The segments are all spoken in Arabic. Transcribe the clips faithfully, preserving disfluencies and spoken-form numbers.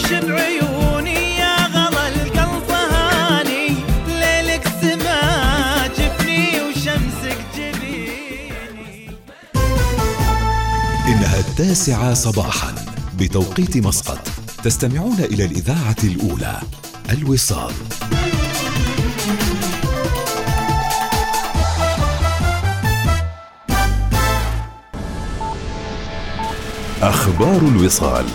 وش بعيوني يا غلا القلب هاني، ليلك سما جفني وشمسك جبيني. إنها التاسعة صباحا بتوقيت مسقط. تستمعون إلى الإذاعة الأولى الوصال. أخبار الوصال.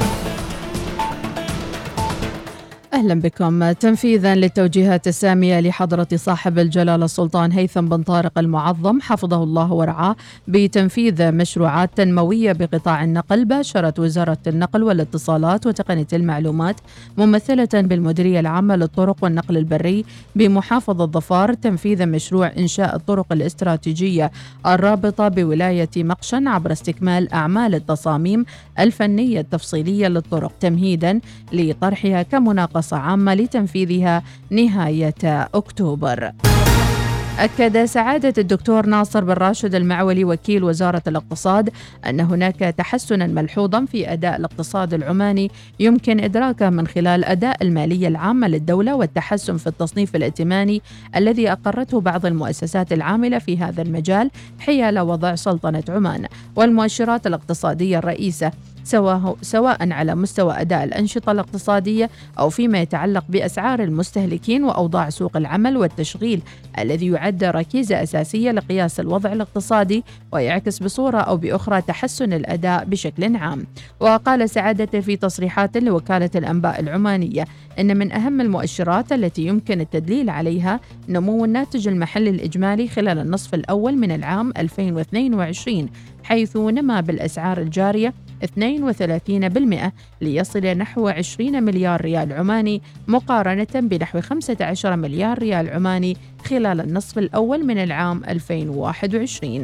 أهلا بكم. تنفيذا للتوجيهات السامية لحضرة صاحب الجلالة السلطان هيثم بن طارق المعظم حفظه الله ورعاه بتنفيذ مشروعات تنموية بقطاع النقل، باشرت وزارة النقل والاتصالات وتقنية المعلومات ممثلة بالمديرية العامة للطرق والنقل البري بمحافظة ظفار تنفيذ مشروع إنشاء الطرق الاستراتيجية الرابطة بولاية مقشن عبر استكمال أعمال التصاميم الفنية التفصيلية للطرق تمهيدا لطرحها كمناقصة عامة لتنفيذها نهاية أكتوبر. أكد سعادة الدكتور ناصر بن راشد المعولي وكيل وزارة الاقتصاد أن هناك تحسنا ملحوظا في أداء الاقتصاد العماني يمكن إدراكه من خلال أداء المالية العامة للدولة والتحسن في التصنيف الائتماني الذي أقرته بعض المؤسسات العاملة في هذا المجال حيال وضع سلطنة عمان، والمؤشرات الاقتصادية الرئيسة سواء سواء على مستوى أداء الأنشطة الاقتصادية أو فيما يتعلق بأسعار المستهلكين وأوضاع سوق العمل والتشغيل الذي يعد ركيزة أساسية لقياس الوضع الاقتصادي ويعكس بصورة أو بأخرى تحسن الأداء بشكل عام. وقال سعادته في تصريحات لوكالة الأنباء العمانية إن من أهم المؤشرات التي يمكن التدليل عليها نمو الناتج المحلي الإجمالي خلال النصف الأول من العام ألفين واثنين وعشرين، حيث نما بالأسعار الجارية اثنين وثلاثين بالمئة ليصل نحو عشرين مليار ريال عماني مقارنة بنحو خمسة عشر مليار ريال عماني خلال النصف الأول من العام ألفين وواحد وعشرين.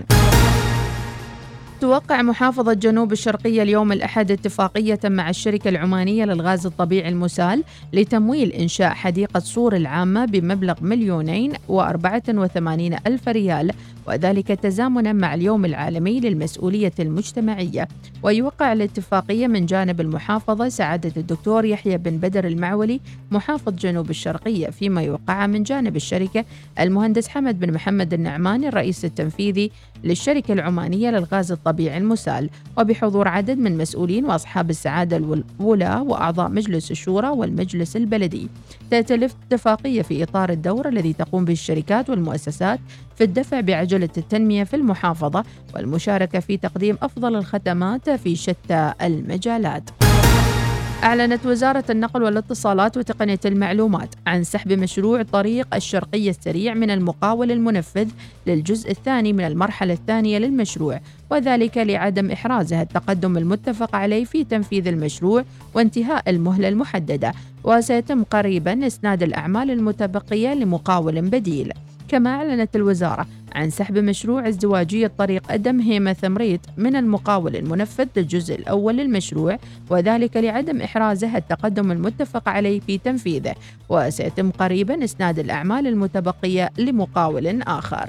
توقع محافظة جنوب الشرقية اليوم الأحد اتفاقية مع الشركة العمانية للغاز الطبيعي المسال لتمويل إنشاء حديقة صور العامة بمبلغ مليونين وأربعة وثمانين ألف ريال، وذلك تزامنا مع اليوم العالمي للمسؤولية المجتمعية. ويوقع الاتفاقية من جانب المحافظة سعادة الدكتور يحيى بن بدر المعولي محافظ جنوب الشرقية، فيما يوقع من جانب الشركة المهندس حمد بن محمد النعماني الرئيس التنفيذي للشركة العمانية للغاز الطبيعي المسال، وبحضور عدد من مسؤولين وأصحاب السعادة الولاة وأعضاء مجلس الشورى والمجلس البلدي. تأتي الاتفاقية في إطار الدور الذي تقوم به الشركات والمؤسسات في الدفع بعجلة التنمية في المحافظة والمشاركة في تقديم أفضل الخدمات في شتى المجالات. أعلنت وزارة النقل والاتصالات وتقنية المعلومات عن سحب مشروع طريق الشرقية السريع من المقاول المنفذ للجزء الثاني من المرحلة الثانية للمشروع، وذلك لعدم إحرازها التقدم المتفق عليه في تنفيذ المشروع وانتهاء المهلة المحددة، وسيتم قريبا إسناد الأعمال المتبقية لمقاول بديل. كما أعلنت الوزارة عن سحب مشروع ازدواجية طريق أدم هيمة ثمريت من المقاول المنفذ للجزء الأول للمشروع، وذلك لعدم إحرازه التقدم المتفق عليه في تنفيذه، وسيتم قريبا إسناد الأعمال المتبقية لمقاول آخر.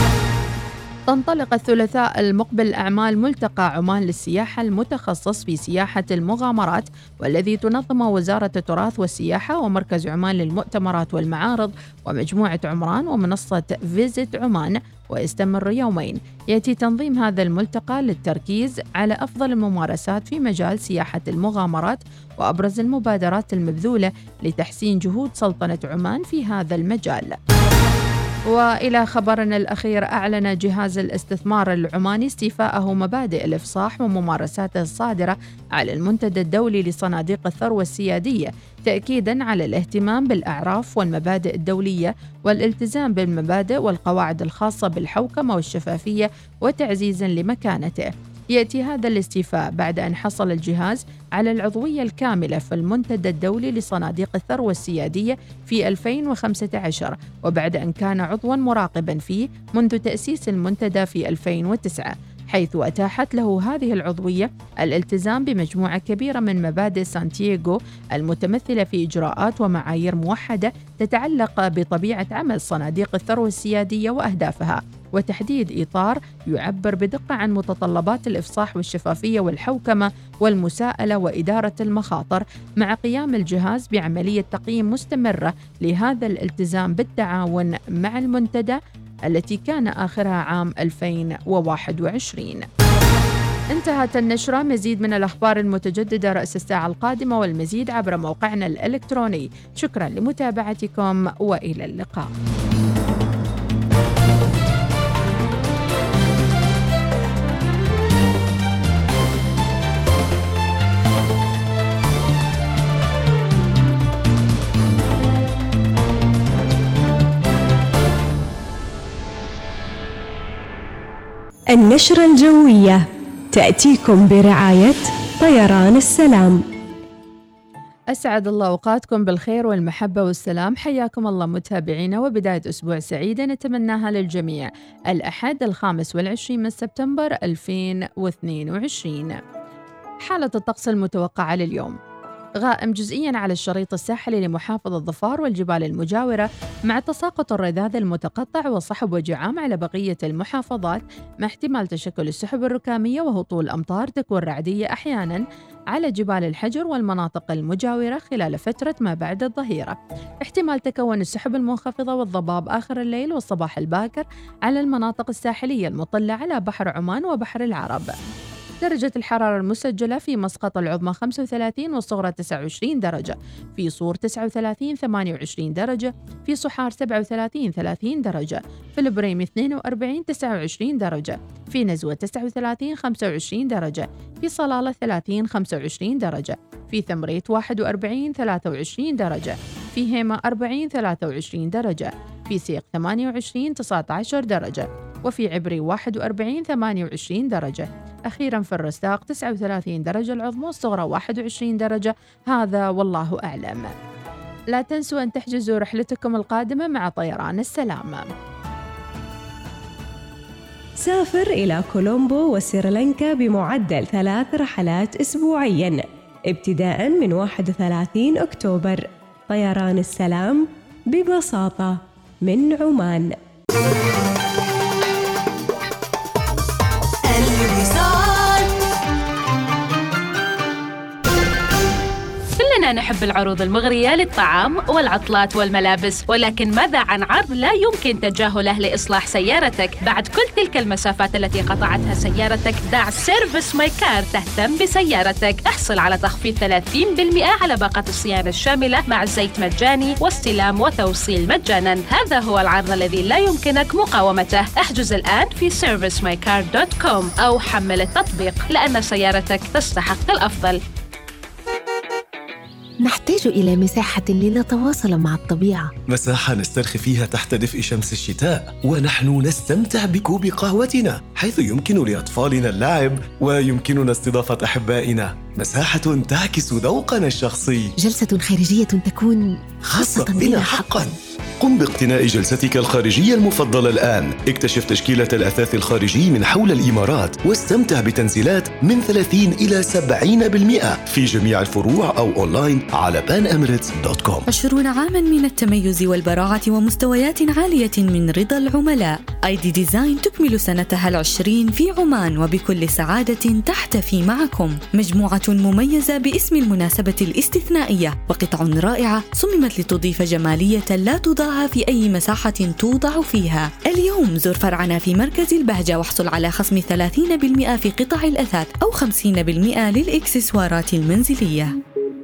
تنطلق الثلاثاء المقبل أعمال ملتقى عمان للسياحة المتخصص في سياحة المغامرات، والذي تنظمه وزارة التراث والسياحة ومركز عمان للمؤتمرات والمعارض ومجموعة عمران ومنصة فيزيت عمان، ويستمر يومين. يأتي تنظيم هذا الملتقى للتركيز على أفضل الممارسات في مجال سياحة المغامرات وأبرز المبادرات المبذولة لتحسين جهود سلطنة عمان في هذا المجال. وإلى خبرنا الأخير، أعلن جهاز الاستثمار العماني استيفاءه مبادئ الإفصاح وممارساته الصادرة على المنتدى الدولي لصناديق الثروة السيادية، تأكيداً على الاهتمام بالأعراف والمبادئ الدولية والالتزام بالمبادئ والقواعد الخاصة بالحوكمة والشفافية وتعزيزاً لمكانته. يأتي هذا الاستيفاء بعد أن حصل الجهاز على العضوية الكاملة في المنتدى الدولي لصناديق الثروة السيادية في ألفين وخمسة عشر، وبعد أن كان عضواً مراقباً فيه منذ تأسيس المنتدى في ألفين وتسعة، حيث أتاحت له هذه العضوية الالتزام بمجموعة كبيرة من مبادئ سانتياغو المتمثلة في إجراءات ومعايير موحدة تتعلق بطبيعة عمل صناديق الثروة السيادية وأهدافها، وتحديد إطار يعبر بدقة عن متطلبات الإفصاح والشفافية والحوكمة والمساءلة وإدارة المخاطر، مع قيام الجهاز بعملية تقييم مستمرة لهذا الالتزام بالتعاون مع المنتدى التي كان آخرها عام ألفين وواحد وعشرين. انتهت النشرة. مزيد من الأخبار المتجددة رأس الساعة القادمة والمزيد عبر موقعنا الإلكتروني. شكرا لمتابعتكم وإلى اللقاء. النشرة الجوية تأتيكم برعاية طيران السلام. أسعد الله أوقاتكم بالخير والمحبة والسلام. حياكم الله متابعينا، وبداية أسبوع سعيدة نتمناها للجميع. الأحد الخامس والعشرين من سبتمبر ألفين واثنين وعشرين. حالة الطقس المتوقعة لليوم: غائم جزئياً على الشريط الساحلي لمحافظة ظفار والجبال المجاورة، مع تساقط الرذاذ المتقطع وصحب وجعام على بقية المحافظات، مع احتمال تشكل السحب الركامية وهطول أمطار تكون رعدية أحياناً على جبال الحجر والمناطق المجاورة خلال فترة ما بعد الظهيرة. احتمال تكون السحب المنخفضة والضباب آخر الليل والصباح الباكر على المناطق الساحلية المطلة على بحر عمان وبحر العرب. درجة الحرارة المسجلة في مسقط العظمى خمسة وثلاثين والصغرى تسعة وعشرين درجة، في صور تسعة وثلاثين ثمانية وعشرين درجة، في صحار سبعة وثلاثين ثلاثين درجة، في البريم اثنين وأربعين تسعة وعشرين درجة، في نزوة تسعة وثلاثين خمسة وعشرين درجة، في صلالة ثلاثين خمسة وعشرين درجة، في ثمريت واحد وأربعين ثلاثة وعشرين درجة، في هيمة أربعين ثلاثة وعشرين درجة، في سيق ثمانية وعشرين تسعة عشر درجة، وفي عبري واحد وأربعين ثمانية وعشرين درجة. أخيراً في الرستاق تسعة وثلاثين درجة العظمى والصغرى واحد وعشرين درجة. هذا والله أعلم. لا تنسوا أن تحجزوا رحلتكم القادمة مع طيران السلام. سافر إلى كولومبو وسريلانكا بمعدل ثلاث رحلات أسبوعياً ابتداءً من واحد وثلاثين أكتوبر. طيران السلام، ببساطة من عمان. كلنا نحب العروض المغرية للطعام والعطلات والملابس، ولكن ماذا عن عرض لا يمكن تجاهله لإصلاح سيارتك؟ بعد كل تلك المسافات التي قطعتها سيارتك، دع سيرفيس ماي كار تهتم بسيارتك. احصل على تخفيض ثلاثين بالمئة على باقة الصيانة الشاملة مع زيت مجاني واستلام وتوصيل مجانا. هذا هو العرض الذي لا يمكنك مقاومته. احجز الآن في سيرفيس ماي كار دوت كوم أو حمل التطبيق، لأن سيارتك تستحق الأفضل. نحتاج إلى مساحة لنتواصل مع الطبيعة، مساحة نسترخي فيها تحت دفء شمس الشتاء، ونحن نستمتع بكوب قهوتنا، حيث يمكن لأطفالنا اللعب ويمكننا استضافة أحبائنا. مساحة تعكس ذوقنا الشخصي، جلسة خارجية تكون خاصة بنا حقاً. قم باقتناء جلستك الخارجية المفضلة الآن. اكتشف تشكيلة الأثاث الخارجي من حول الإمارات واستمتع بتنزيلات من ثلاثين إلى سبعين بالمئة في جميع الفروع أو أونلاين على بان إميريتس دوت كوم. عشرون عاماً من التميز والبراعة ومستويات عالية من رضا العملاء. آي دي ديزاين تكمل سنتها العشرين في عمان، وبكل سعادة تحتفي معكم. مجموعة مميزة باسم المناسبة الاستثنائية، وقطع رائعة صممت لتضيف جمالية لا تضاهى في أي مساحة توضع فيها. اليوم زر فرعنا في مركز البهجة واحصل على خصم ثلاثين بالمئة في قطع الأثاث أو خمسين بالمئة للإكسسوارات المنزلية.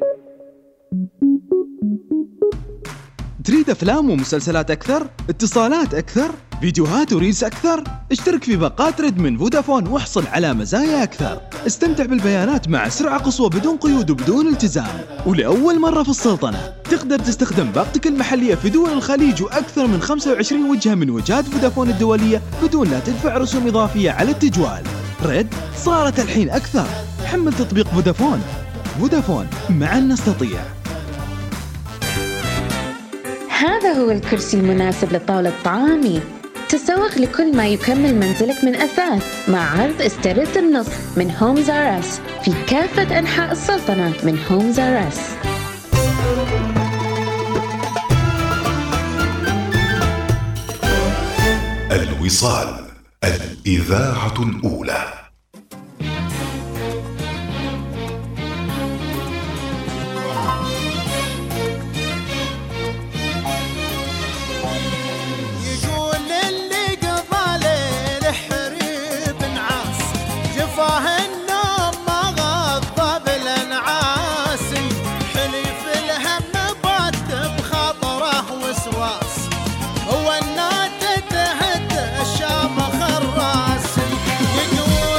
تريد أفلام ومسلسلات أكثر؟ اتصالات أكثر؟ فيديوهات وريلز أكثر؟ اشترك في باقات ريد من فودافون واحصل على مزايا أكثر. استمتع بالبيانات مع سرعة قصوى بدون قيود وبدون التزام. ولأول مرة في السلطنة تقدر تستخدم باقتك المحلية في دول الخليج وأكثر من خمسة وعشرين وجهة من وجهات فودافون الدولية بدون لا تدفع رسوم إضافية على التجوال. ريد صارت الحين أكثر. حمل تطبيق فودافون. فودافون، معا نستطيع. هذا هو الكرسي المناسب لطاولة طعامي. تسوق لكل ما يكمل منزلك من أثاث مع عرض استرد النصف من هومز آر أس في كافة أنحاء السلطنة من هومز آر أس. الوصال. الإذاعة الأولى. يقول اللي قضى ليل حريب نعاس جفاه النوم ما غضى بالانعاس حليف الهم بات بخاطره وسواس هو النات تهد الشام خراس يقول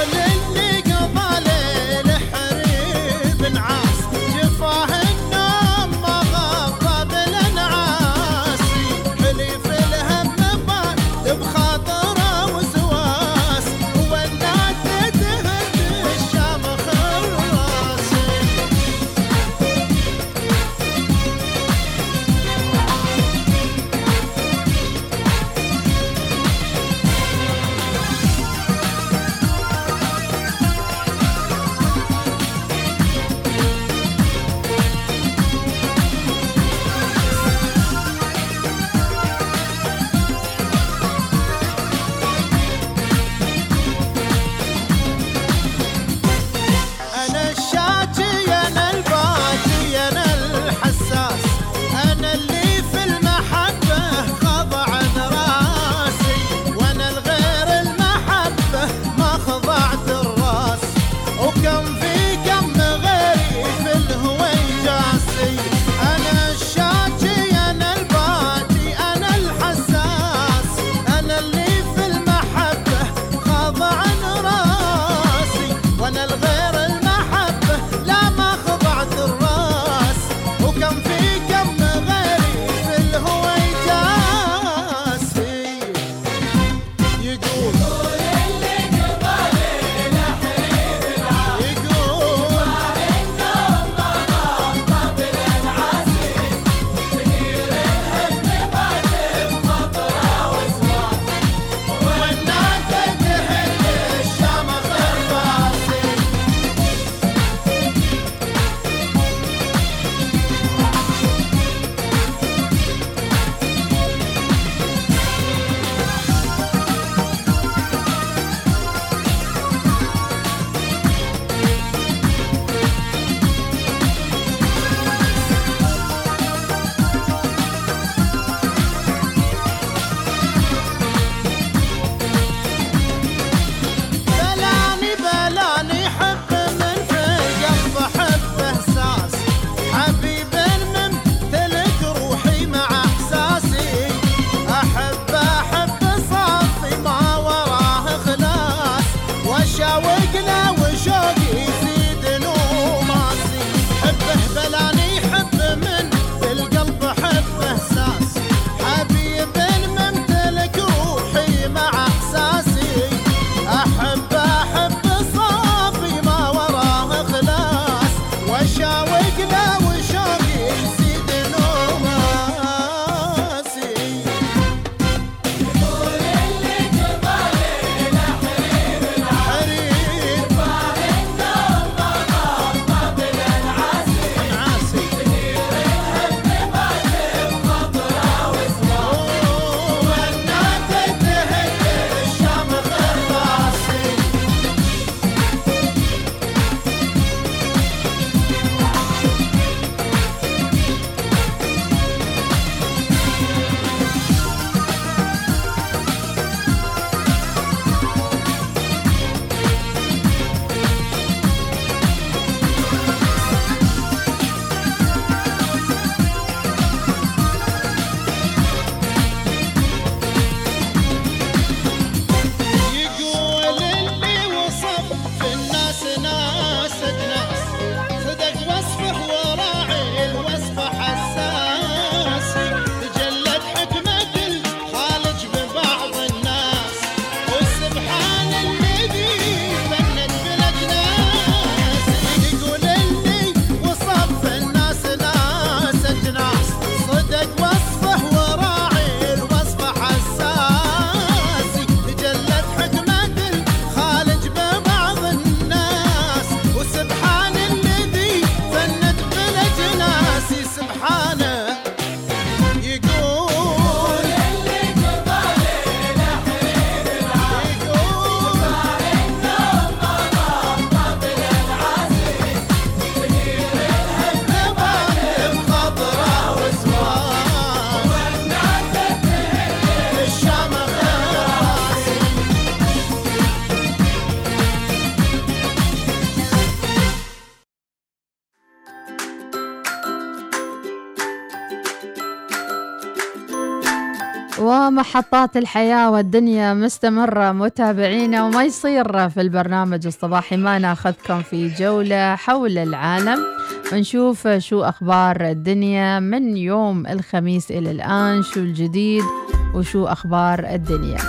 ومحطات الحياة والدنيا مستمرة متابعينا، وما يصير في البرنامج الصباحي ما ناخذكم في جولة حول العالم ونشوف شو أخبار الدنيا من يوم الخميس إلى الآن، شو الجديد وشو أخبار الدنيا.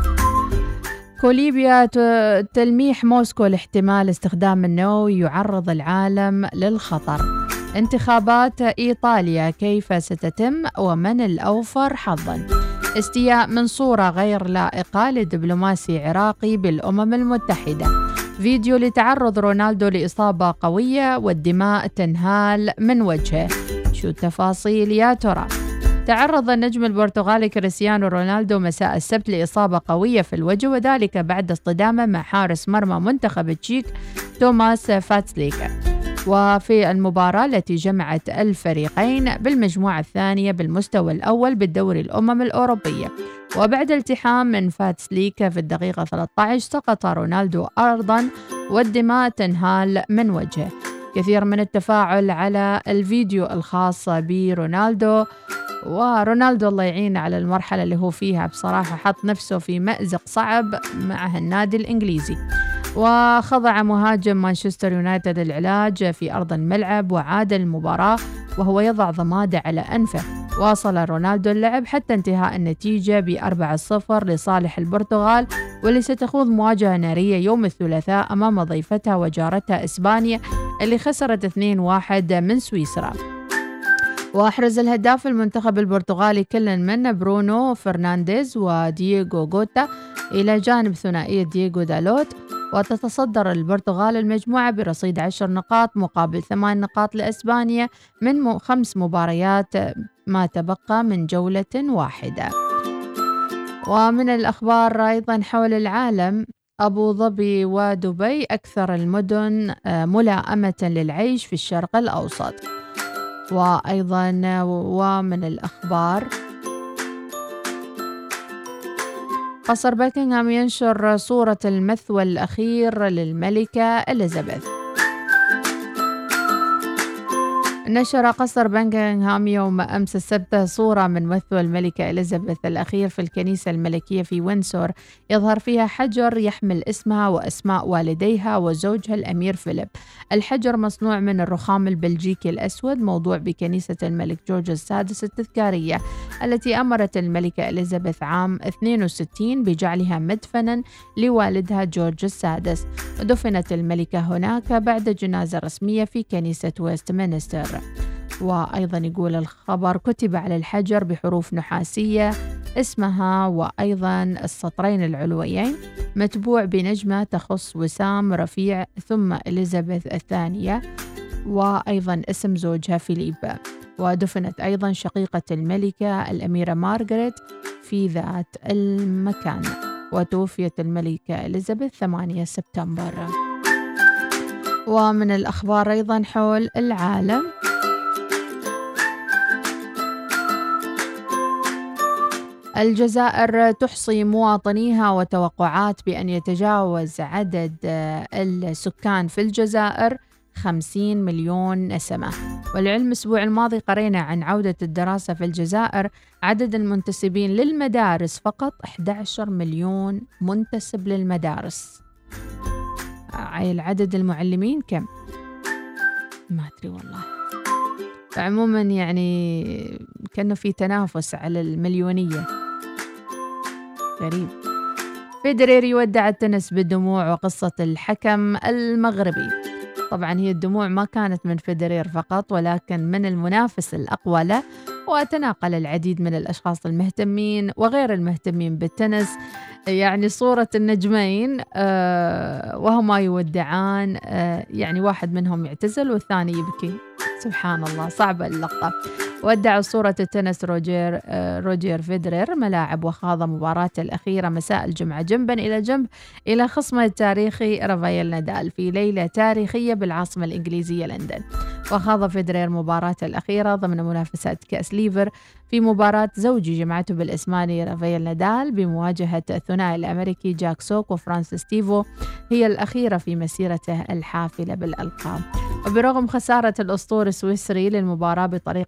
كوليبيا تلميح موسكو لاحتمال استخدام النووي يعرض العالم للخطر. انتخابات إيطاليا كيف ستتم ومن الأوفر حظاً. استياء من صورة غير لائقة لدبلوماسي عراقي بالأمم المتحدة. فيديو لتعرض رونالدو لإصابة قوية والدماء تنهال من وجهه. شو التفاصيل يا ترى؟ تعرض النجم البرتغالي كريستيانو رونالدو مساء السبت لإصابة قوية في الوجه، وذلك بعد اصطدامه مع حارس مرمى منتخب تشيك توماس فاتسليكا، وفي المباراة التي جمعت الفريقين بالمجموعة الثانية بالمستوى الأول بالدوري الأمم الأوروبية. وبعد التحام من فاتسليكا في الدقيقة ثلاثة عشر سقط رونالدو أرضاً والدماء تنهال من وجهه. كثير من التفاعل على الفيديو الخاص برونالدو، ورونالدو الله يعين على المرحلة اللي هو فيها، بصراحة حط نفسه في مأزق صعب مع النادي الإنجليزي. وخضع مهاجم مانشستر يونايتد العلاج في أرض الملعب وعاد المباراة وهو يضع ضمادة على أنفه. واصل رونالدو اللعب حتى انتهاء النتيجة بأربعة صفر لصالح البرتغال، واللي ستخوض مواجهة نارية يوم الثلاثاء أمام ضيفتها وجارتها إسبانيا اللي خسرت اثنين واحد من سويسرا. وأحرز الهداف المنتخب البرتغالي كل من برونو فرنانديز ودييغو غوتا إلى جانب ثنائية دييغو دالوت. وتتصدر البرتغال المجموعة برصيد عشر نقاط مقابل ثمان نقاط لإسبانيا من خمس مباريات ما تبقى من جولة واحدة. ومن الأخبار أيضا حول العالم، أبو ظبي ودبي أكثر المدن ملائمة للعيش في الشرق الأوسط. وأيضا ومن الأخبار، قصر باكنغهام ينشر صورة المثوى الأخير للملكة إليزابيث. نشر قصر باكنغهام يوم أمس السبت صورة من مثوى الملكة إليزابيث الأخير في الكنيسة الملكية في وينسور، يظهر فيها حجر يحمل اسمها وأسماء والديها وزوجها الأمير فيليب. الحجر مصنوع من الرخام البلجيكي الأسود، موضوع بكنيسة الملك جورج السادس التذكارية التي أمرت الملكة إليزابيث عام اثنين وستين بجعلها مدفنا لوالدها جورج السادس. ودفنت الملكة هناك بعد جنازة رسمية في كنيسة ويستمنستر. وأيضا يقول الخبر، كتب على الحجر بحروف نحاسية اسمها وأيضا السطرين العلويين متبوع بنجمة تخص وسام رفيع ثم إليزابيث الثانية، وأيضا اسم زوجها فيليب. ودفنت أيضا شقيقة الملكة الأميرة مارغريت في ذات المكان. وتوفيت الملكة إليزابيث ثمانية سبتمبر. ومن الأخبار أيضا حول العالم، الجزائر تحصي مواطنيها وتوقعات بأن يتجاوز عدد السكان في الجزائر خمسين مليون نسمة. والعلم الأسبوع الماضي قرينا عن عودة الدراسة في الجزائر، عدد المنتسبين للمدارس فقط أحد عشر مليون منتسب للمدارس. عدد المعلمين كم؟ ما أدري والله. عموما يعني كأنه في تنافس على المليونية، غريب. فيدرير يودع التنس بالدموع وقصة الحكم المغربي. طبعا هي الدموع ما كانت من فيدرير فقط ولكن من المنافس الأقوى له، وتناقل العديد من الأشخاص المهتمين وغير المهتمين بالتنس يعني صورة النجمين آه وهما يودعان، آه يعني واحد منهم يعتزل والثاني يبكي. سبحان الله، صعبة اللقطة. ودع صورة التنس روجير آه روجير فيدرير ملاعب وخاض مباراته الأخيرة مساء الجمعة جنبا إلى جنب إلى خصمه التاريخي رافائيل نادال في ليلة تاريخية بالعاصمة الإنجليزية لندن. وخاض فيدرير مباراته الأخيرة ضمن منافسات كأس ليفر في مباراة زوجي جمعته بالإسباني رافائيل نادال بمواجهة الثنائي الأمريكي جاك سوك وفرانسيس تيفو، هي الأخيرة في مسيرته الحافلة بالألقاب. وبرغم خسارة الأسطوري السويسري للمباراة بطريقة دراماتية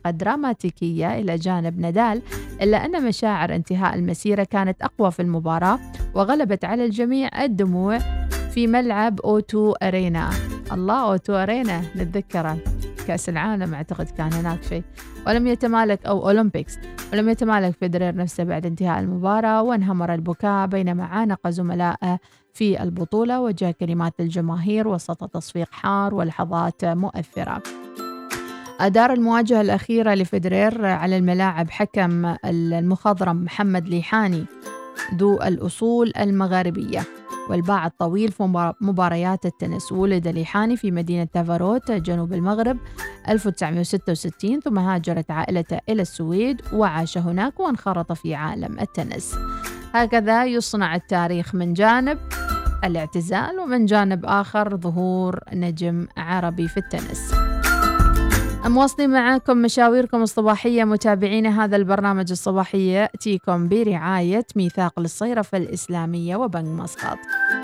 دراماتيكية إلى جانب نادال، إلا أن مشاعر انتهاء المسيرة كانت أقوى في المباراة، وغلبت على الجميع الدموع في ملعب أوتو أرينا. الله، أوتو أرينا نتذكره، كأس العالم أعتقد كان هناك شيء. ولم يتمالك أو أولمبيكس ولم يتمالك فيدرير نفسه بعد انتهاء المباراة، وانهمر البكاء بينما عانق زملائه في البطولة، وجاء كلمات الجماهير وسط تصفيق حار ولحظات مؤثرة. أدار المواجهة الأخيرة لفيدرير على الملاعب حكم المخضرم محمد ليحاني ذو الأصول المغاربية والباع الطويل في مباريات التنس. ولد ليحاني في مدينة تافاروت جنوب المغرب ألف وتسعمائة وستة وستين، ثم هاجرت عائلته إلى السويد وعاش هناك وانخرط في عالم التنس. هكذا يصنع التاريخ، من جانب الاعتزال ومن جانب آخر ظهور نجم عربي في التنس. مواصلين معكم مشاويركم الصباحية متابعين. هذا البرنامج الصباحي يأتيكم برعاية ميثاق للصيرفة الإسلامية وبنك مسقط.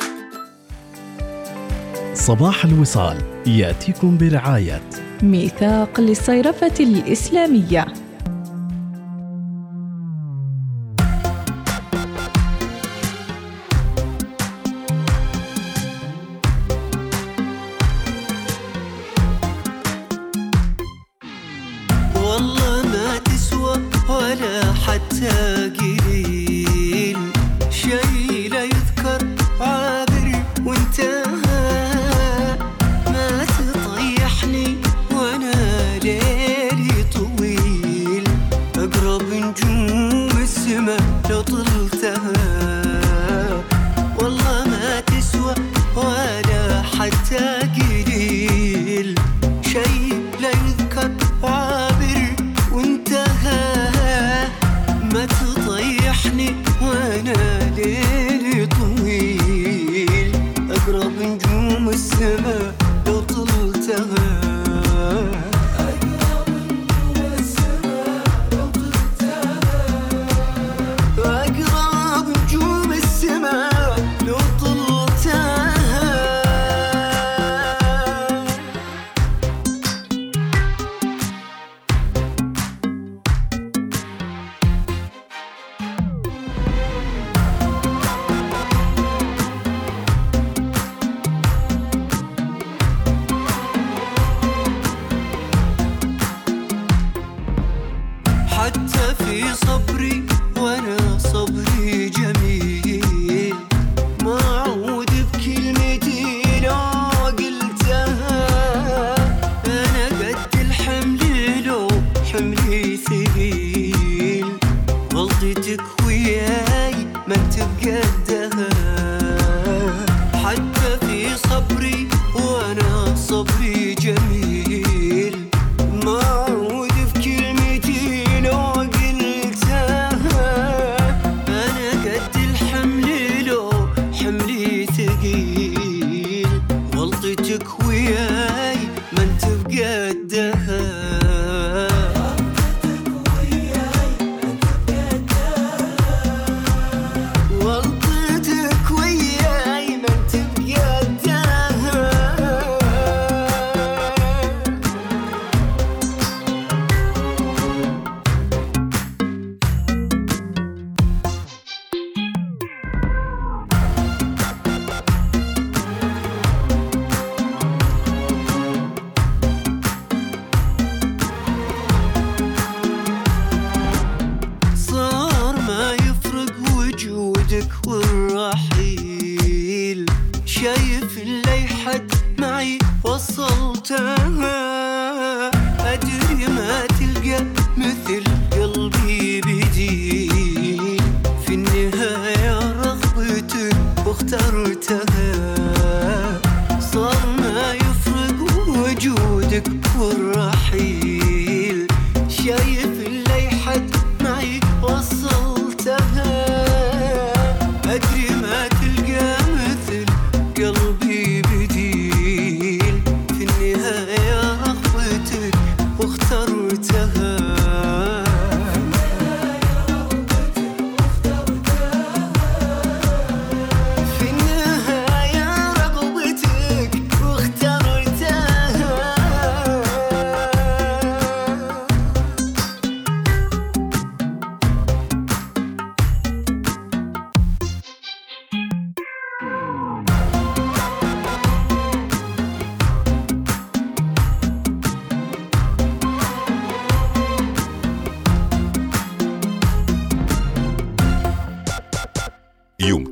صباح الوصال يأتيكم برعاية ميثاق للصيرفة الإسلامية.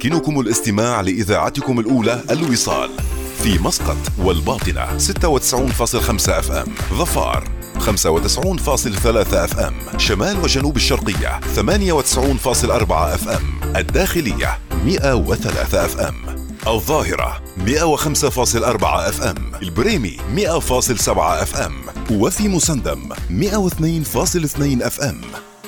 يمكنكم الاستماع لإذاعتكم الأولى الوصال في مسقط والباطنة ستة وتسعين فاصلة خمسة اف ام، ظفار خمسة وتسعين فاصلة ثلاثة اف ام، شمال وجنوب الشرقية ثمانية وتسعين فاصلة أربعة اف ام، الداخلية مئة وثلاثة اف ام، الظاهرة مئة وخمسة فاصلة أربعة اف ام، البريمي مئة فاصلة سبعة اف ام، وفي مسندم مئة واثنين فاصلة اثنين اف ام.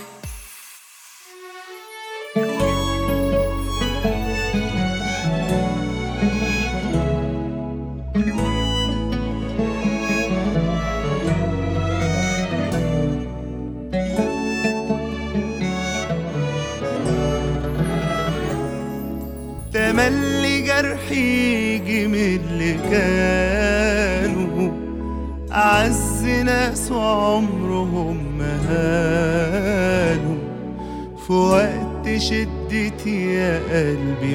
تملي جرحي يجي من اللي كانوا أعز ناس وعمرهم ما هانوا، في وقت شدتي يا قلبي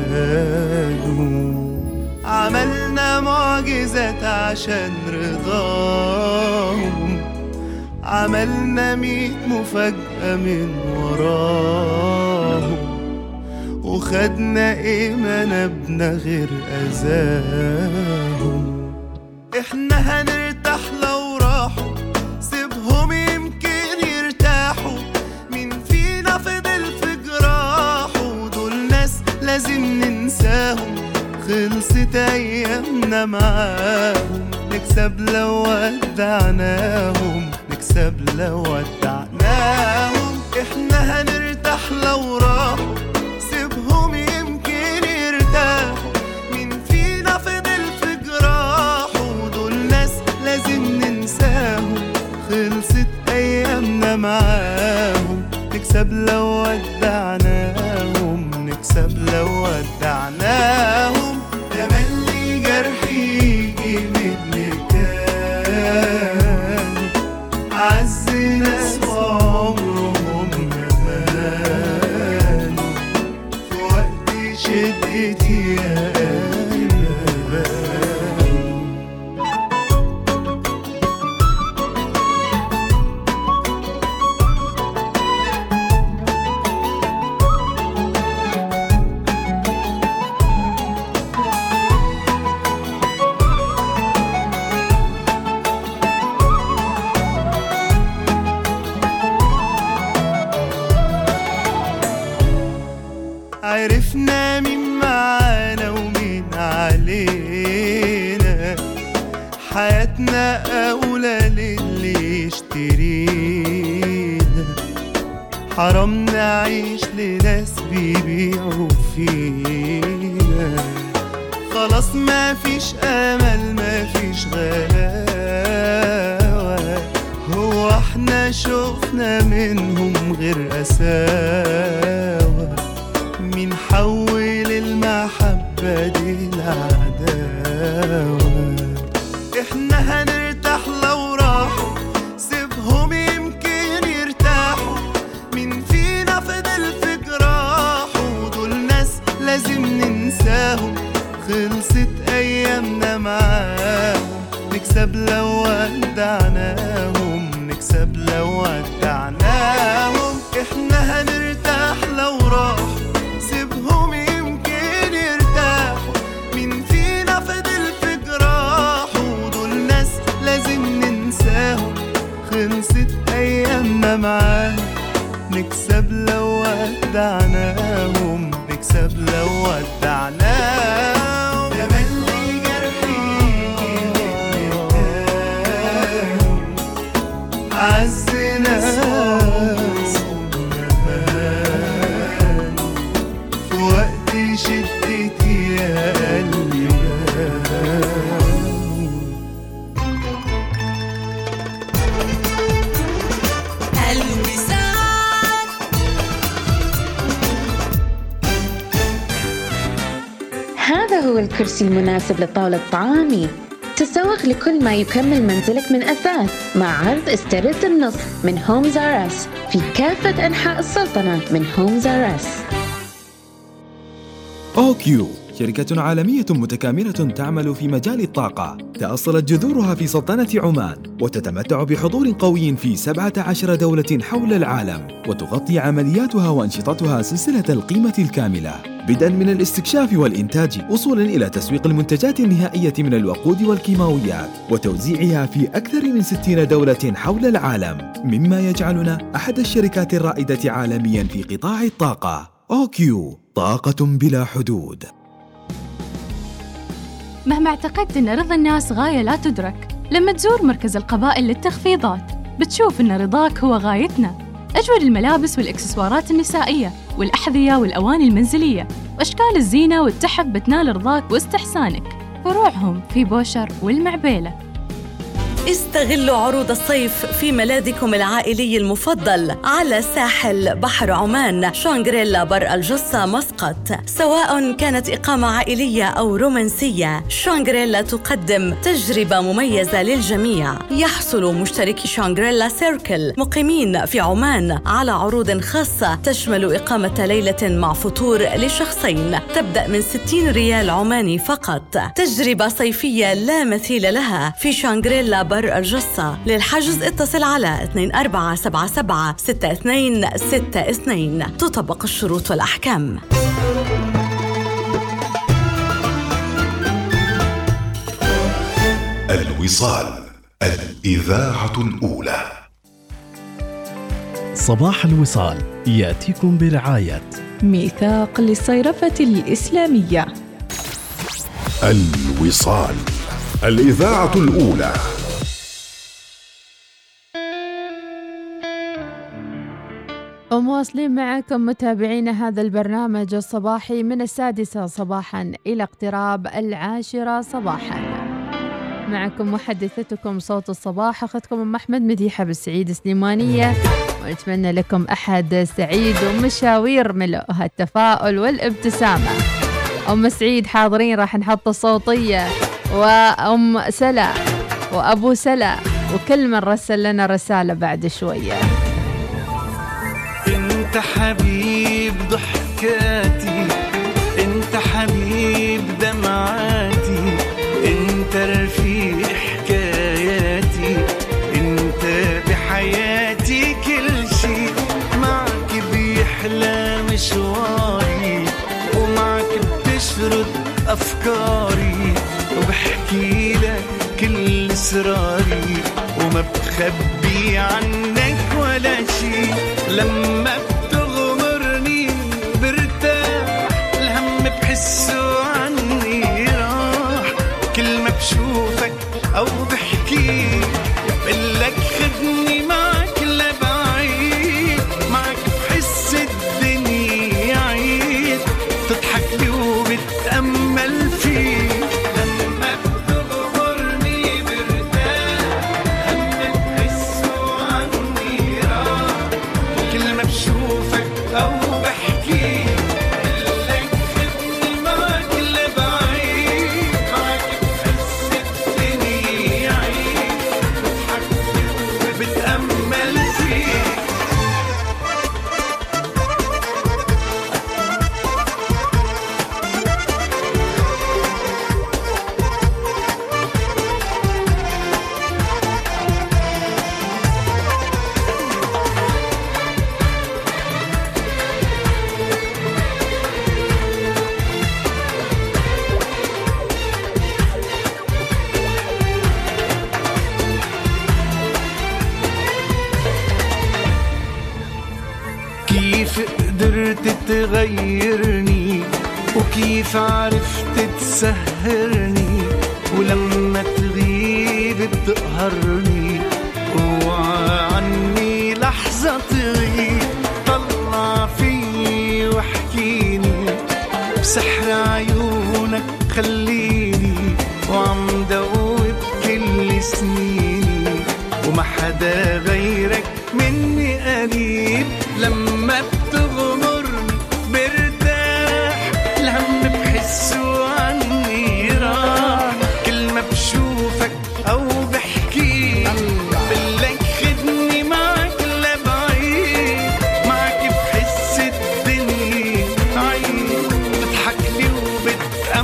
بانوا، عملنا معجزات عشان رضاهم، عملنا ميت مفاجأة من وراهم، وخدنا ايه ما نبنا غير اذاهم. احنا هنرتاح لو راحوا، سيبهم يمكن يرتاحوا، مين فينا فضل في جراحه، دول ناس لازم ننساهم، خلصت ايامنا معاهم، نكسب لو ودعناهم، نكسب لو ودعناهم. احنا هنرتاح لو راحوا، سيبهم يمكن يرتاحوا، مين فينا فضل في جراحه، دول ناس لازم ننساهم، خلصت ايامنا معاهم، نكسب لو ودعناهم، نكسب لو ودعناهم. تملي جرحي يجي من اللي كان عز ناس وعمرهم ما بانوا، في وقت شدتي يا قلبي بانوا. عرفنا مين معانا ومين علينا، حياتنا أولى للي يشترينا، حرام نعيش لناس بيبيعوا فينا، خلاص ما فيش أمل ما فيش غلاوة، هو احنا شوفنا منهم غير قساوة، مين حول المحبة دي العداوة. احنا هنرتاح لو راحوا، سيبهم يمكن يرتاحوا، مين فينا فضل في جراحه، دول ناس لازم ننساهم، خلصت ايامنا معاهم، نكسب لو ودعناهم، نكسب لو ودعناهم. احنا هنرتاح لو راحوا، سيبهم يمكن يرتاحوا، مين فينا فضل في جراحه، دول ناس لازم ننساهم، خلصت ايامنا معاهم، نكسب لو ودعناهم، نكسب لو ودعناهم. تملي جرحي يجي عز ناس في وقت شدتي يا قلبي هذا هو الكرسي المناسب لطاولة طعامي. تسوق لكل ما يكمل منزلك من أثاث مع عرض استرد النصف من هومز آر أس في كافة أنحاء السلطنة من هومز آر أس. أوكيو شركة عالمية متكاملة تعمل في مجال الطاقة، تأصلت جذورها في سلطنة عمان، وتتمتع بحضور قوي في سبعة عشر دولة حول العالم، وتغطي عملياتها وأنشطتها سلسلة القيمة الكاملة، بدءاً من الاستكشاف والإنتاج وصولاً إلى تسويق المنتجات النهائية من الوقود والكيماويات وتوزيعها في أكثر من ستين دولة حول العالم، مما يجعلنا أحد الشركات الرائدة عالمياً في قطاع الطاقة. أوكيو، طاقة بلا حدود. مهما اعتقدت أن رضا الناس غاية لا تدرك، لما تزور مركز القبائل للتخفيضات بتشوف أن رضاك هو غايتنا. أجود الملابس والإكسسوارات النسائية والأحذية والأواني المنزلية وأشكال الزينة والتحف بتنال رضاك واستحسانك. فروعهم في بوشر والمعبيلة. استغلوا عروض الصيف في ملاذكم العائلي المفضل على ساحل بحر عمان شانغريلا بر الجصة مسقط. سواء كانت إقامة عائلية أو رومانسية، شانغريلا تقدم تجربة مميزة للجميع. يحصل مشتركي شانغريلا سيركل مقيمين في عمان على عروض خاصة تشمل إقامة ليلة مع فطور لشخصين تبدأ من ستين ريال عماني فقط. تجربة صيفية لا مثيل لها في شانغريلا بر الجصة. للحجز اتصل على اثنين أربعة سبعة سبعة ستة اثنين ستة اثنين. تطبق الشروط والأحكام. الوصال، الإذاعة الأولى. صباح الوصال يأتيكم برعاية ميثاق للصيرفة الإسلامية. الوصال، الإذاعة الأولى. ومواصلين معكم متابعين هذا البرنامج الصباحي من السادسة صباحا إلى اقتراب العاشرة صباحا. معكم محدثتكم صوت الصباح، أخذكم أم أحمد مديحة بالسعيد سليمانية، ونتمنى لكم أحد سعيد ومشاوير ملؤها التفاؤل والابتسامة. أم سعيد حاضرين، راح نحط الصوتية، وأم سلا وأبو سلا، وكل من رسل لنا رسالة بعد شوية. انت حبيب ضحكاتي، انت حبيب دمعاتي، انت رفيق حكاياتي، انت بحياتي كل شي، معك بيحلى مشواري، ومعك بتشرد افكاري، وبحكي لك كل اسراري، وما بخبي عنك ولا شي. لما بتغمرني برتاح، الهم بحسه عني راح، كل ما بشوفك أو بحكي بقلك خدني معك لبعيد، معك بحس الدنيا عيد، تضحك لي وبتأمل فيك. تغيرني وكيف عرفت تسهرني، ولما تغيب بتقهرني، اوعى عني لحظة تغيب، طلع فيي واحكيني بسحر عيونك خليني، وعم دوب كل سنيني، وما حدا غيرك مني قريب. لما بتغمرني برتاح، الهم بحسه عني راح، كل ما بشوفك أو بحكي بقلك خدني معك لبعيد، معك بحس الدنيا عيد، بتضحك لي وبتأمل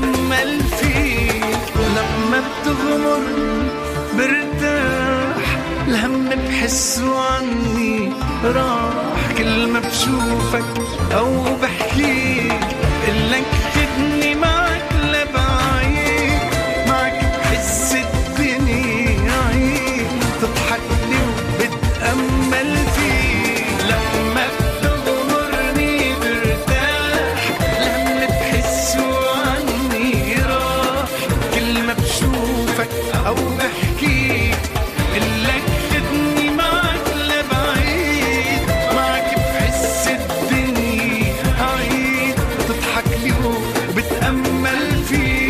عني راح، كل ما بشوفك أو بحكيك قلك خدني معك لبعيد، معك بحس الدنيا عيد، تضحك لي وبتأمل فيك لما بتغمرني برتاح، لما بحسوا عني راح، كل ما بشوفك أو بحكيك قلك خدني معك لبعيد، معك بحس الدنيا عيد، تضحك لي وبتأمل فيك.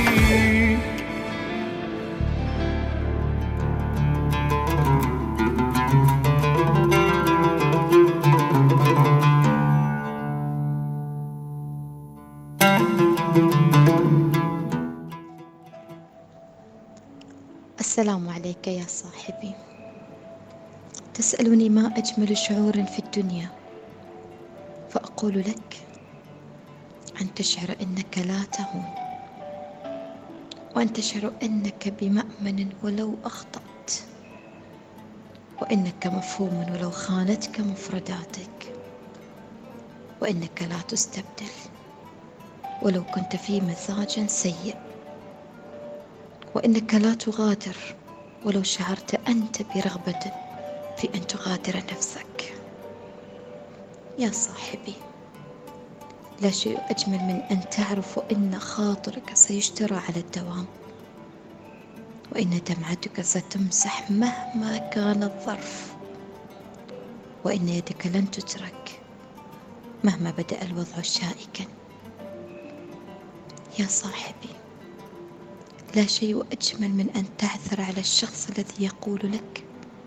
السلام عليك يا صاحبي. تسألني ما أجمل شعور في الدنيا، فأقول لك أن تشعر أنك لا تهون، وأن تشعر أنك بمأمن ولو أخطأت، وأنك مفهوم ولو خانتك مفرداتك، وأنك لا تستبدل ولو كنت في مزاج سيء، وإنك لا تغادر ولو شعرت أنت برغبة في أن تغادر نفسك. يا صاحبي، لا شيء أجمل من أن تعرف أن خاطرك سيجترى على الدوام، وإن دمعتك ستمسح مهما كان الظرف، وإن يدك لن تترك مهما بدأ الوضع شائكا. يا صاحبي، لا شيء أجمل من أن تعثر على الشخص الذي يقول لك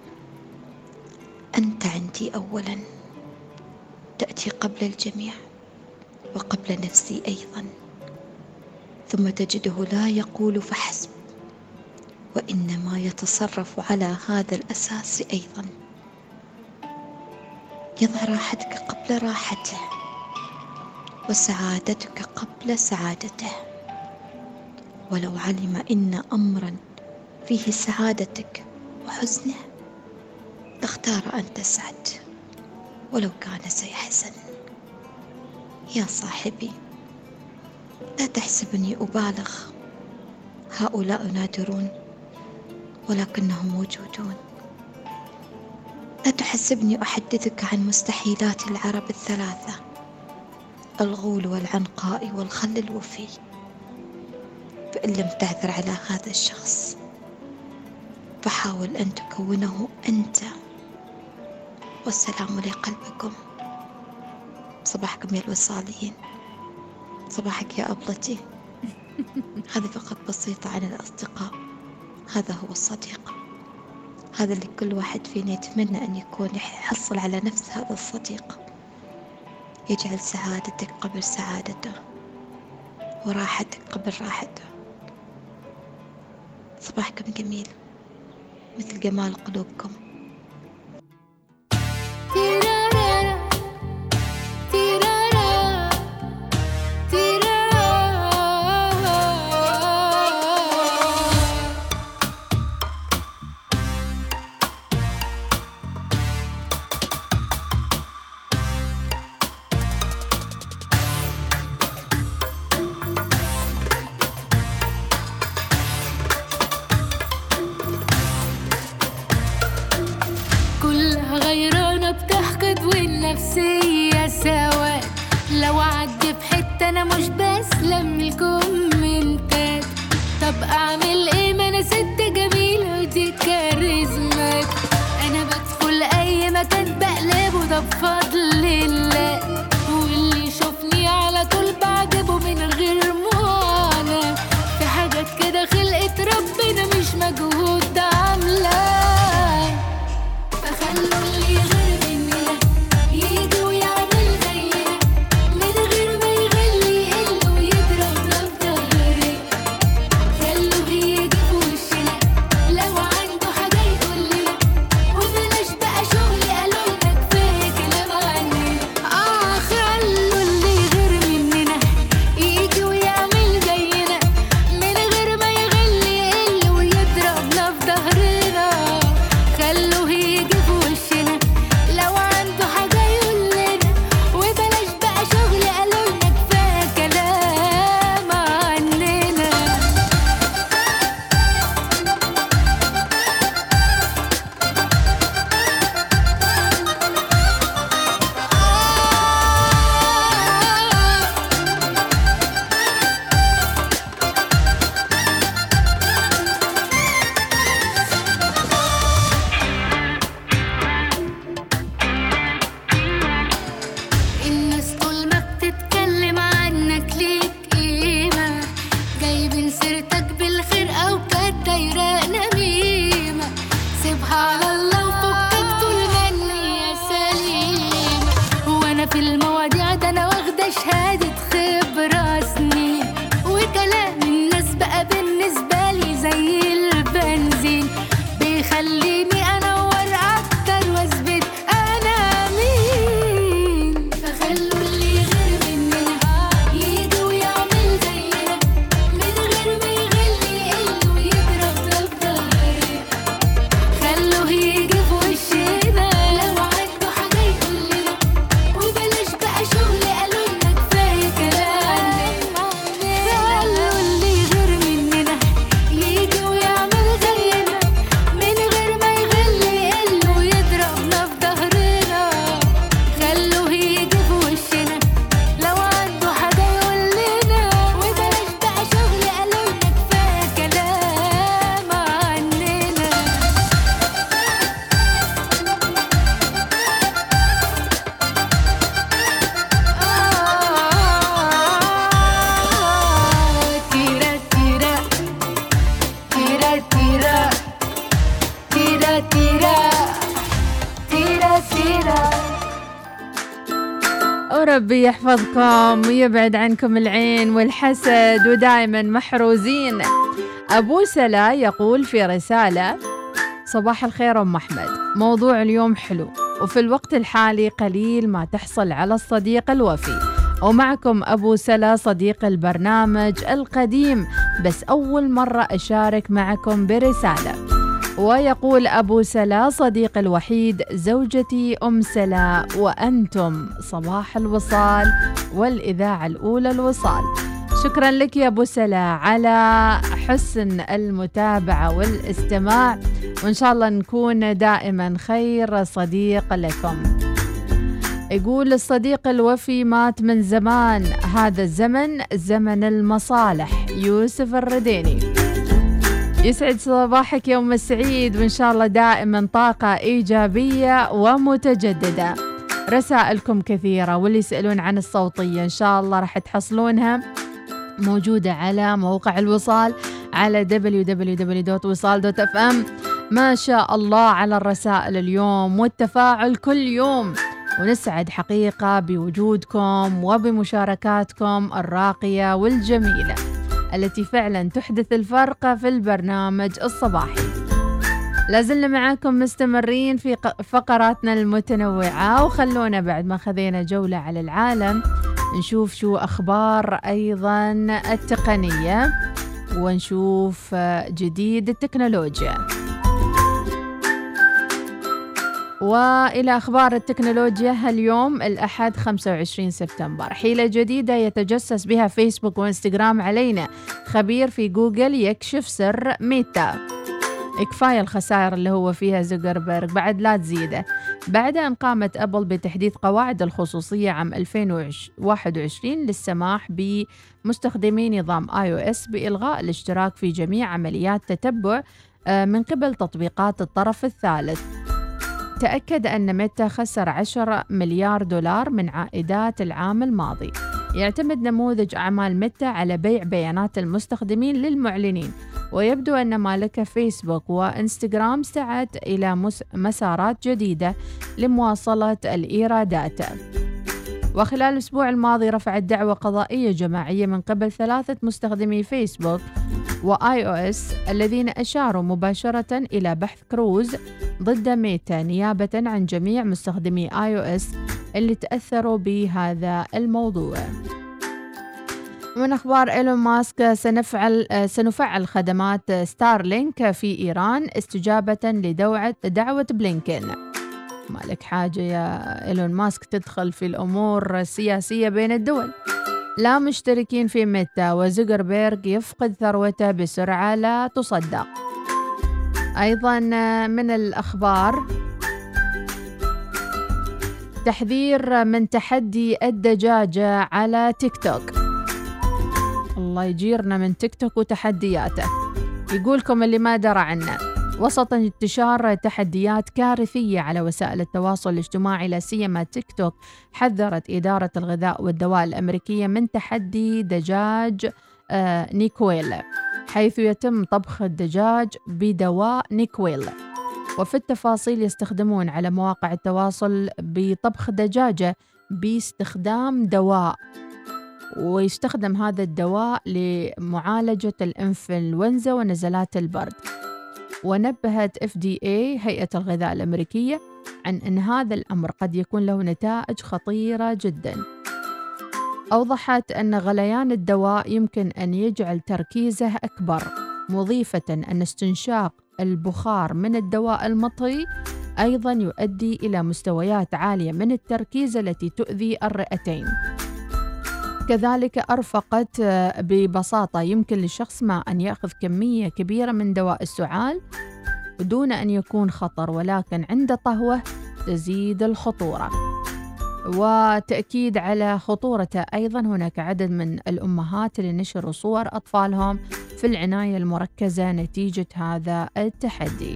أنت عندي أولا، تأتي قبل الجميع وقبل نفسي أيضا، ثم تجده لا يقول فحسب، وإنما يتصرف على هذا الأساس أيضا، يضع راحتك قبل راحته، وسعادتك قبل سعادته، ولو علم إن أمرا فيه سعادتك وحزنه لاختار أن تسعد ولو كان سيحزن. يا صاحبي، لا تحسبني أبالغ، هؤلاء نادرون ولكنهم موجودون. لا تحسبني أحدثك عن مستحيلات العرب الثلاثة، الغول والعنقاء والخل الوفي، فإن لم تعثر على هذا الشخص فحاول أن تكونه أنت. والسلام لقلبكم. صباحكم يا الوصاليين، صباحك يا أبلتي. هذه فقط بسيطة عن الأصدقاء. هذا هو الصديق، هذا اللي كل واحد فينا يتمنى أن يكون يحصل على نفس هذا الصديق، يجعل سعادتك قبل سعادته وراحتك قبل راحته. صباحكم جميل مثل جمال قلوبكم. غيرانة بتحقد والنفسية سواد، لو عدي بحتة أنا مش بسلم الكومنتات. طب أعمل إيه ما أنا ست جميلة ودي كاريزمات، أنا بدخل أي مكان بقلبه ده بفضل الله، واللي يشوفني على طول بعجبه من غير معاناة. في حاجات كده خلقت ربنا مش مجهود عاملاه، فخلوا اللي غير مننا يجي ويعمل زينا من غير ما يغلي يقل ويضربنا بظهرنا. خلوه يجي في وشنا لو عنده حاجة يقول لنا، وبلاش بقى شغل قالوا لنا كفاية كلام وربي يحفظكم ويبعد عنكم العين والحسد ودائما محروزين. أبو سلا يقول في رسالة: صباح الخير أم أحمد، موضوع اليوم حلو، وفي الوقت الحالي قليل ما تحصل على الصديق الوفي، ومعكم أبو سلا صديق البرنامج القديم، بس أول مرة أشارك معكم برسالة. ويقول أبو سلا: صديق الوحيد زوجتي أم سلا، وأنتم صباح الوصال والإذاعة الأولى الوصال. شكرا لك يا أبو سلا على حسن المتابعة والاستماع، وإن شاء الله نكون دائما خير صديق لكم. يقول: الصديق الوفي مات من زمان، هذا الزمن زمن المصالح. يوسف الرديني. يسعد صباحك يا أم السعيد، وإن شاء الله دائما طاقة إيجابية ومتجددة. رسائلكم كثيرة، واللي يسألون عن الصوتية إن شاء الله راح تحصلونها موجودة على موقع الوصال على دبليو دبليو دبليو دوت وصال دوت اف ام. ما شاء الله على الرسائل اليوم والتفاعل كل يوم، ونسعد حقيقة بوجودكم وبمشاركاتكم الراقية والجميلة التي فعلا تحدث الفرق في البرنامج الصباحي. لازلنا معاكم مستمرين في فقراتنا المتنوعة، وخلونا بعد ما خذينا جولة على العالم نشوف شو أخبار أيضا التقنية، ونشوف جديد التكنولوجيا. وإلى أخبار التكنولوجيا اليوم الأحد خمسة وعشرين سبتمبر، حيلة جديدة يتجسس بها فيسبوك وإنستغرام علينا. خبير في جوجل يكشف سر ميتا. كفاية الخسائر اللي هو فيها زوكربيرغ، بعد لا تزيده. بعد أن قامت أبل بتحديث قواعد الخصوصية عام ألفين وواحد وعشرين للسماح بمستخدمي نظام آي أو إس بإلغاء الاشتراك في جميع عمليات تتبع من قبل تطبيقات الطرف الثالث. تأكد أن ميتا خسر عشرة مليار دولار من عائدات العام الماضي. يعتمد نموذج أعمال ميتا على بيع بيانات المستخدمين للمعلنين، ويبدو أن مالك فيسبوك وإنستغرام سعت إلى مسارات جديدة لمواصلة الإيرادات. وخلال الأسبوع الماضي رفعت دعوى قضائية جماعية من قبل ثلاثة مستخدمي فيسبوك وآي أو إس الذين أشاروا مباشرة إلى بحث كروز ضد ميتا، نيابة عن جميع مستخدمي آي أو إس اللي تأثروا بهذا الموضوع. من أخبار إيلون ماسك: سنفعل سنفعل خدمات ستارلينك في إيران استجابة لدعوة بلينكين. مالك حاجة يا إيلون ماسك تدخل في الأمور السياسية بين الدول. لا مشتركين في ميتا، وزوكربيرغ يفقد ثروته بسرعة لا تصدق. أيضا من الأخبار: تحذير من تحدي الدجاجة على تيك توك. الله يجيرنا من تيك توك وتحدياته. يقولكم اللي ما درى عنه: وسط انتشار تحديات كارثية على وسائل التواصل الاجتماعي لا سيما تيك توك، حذرت إدارة الغذاء والدواء الأمريكية من تحدي دجاج آه نيكويل، حيث يتم طبخ الدجاج بدواء نيكويل. وفي التفاصيل يستخدمون على مواقع التواصل بطبخ دجاجة باستخدام دواء، ويستخدم هذا الدواء لمعالجة الإنفلونزا ونزلات البرد. ونبهت إف دي إيه هيئة الغذاء الأمريكية عن أن هذا الأمر قد يكون له نتائج خطيرة جدا. أوضحت أن غليان الدواء يمكن أن يجعل تركيزه أكبر، مضيفة أن استنشاق البخار من الدواء المطهي أيضا يؤدي إلى مستويات عالية من التركيز التي تؤذي الرئتين. كذلك أرفقت ببساطة يمكن للشخص ما أن يأخذ كمية كبيرة من دواء السعال دون أن يكون خطر، ولكن عند طهوه تزيد الخطورة. وتأكيد على خطورته أيضا هناك عدد من الأمهات اللي نشروا صور أطفالهم في العناية المركزة نتيجة هذا التحدي.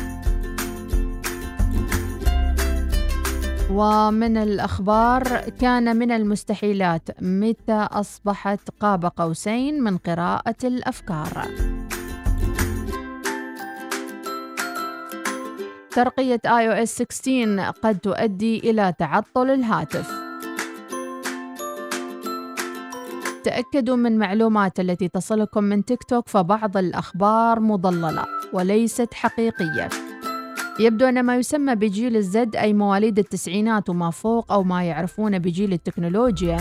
ومن الأخبار: كان من المستحيلات متى أصبحت قاب قوسين من قراءة الأفكار. ترقية آي أو إس ستة عشر قد تؤدي إلى تعطل الهاتف. تأكدوا من معلومات التي تصلكم من تيك توك، فبعض الأخبار مضللة وليست حقيقية. يبدو أن ما يسمى بجيل الزد، أي مواليد التسعينات وما فوق، أو ما يعرفون بجيل التكنولوجيا،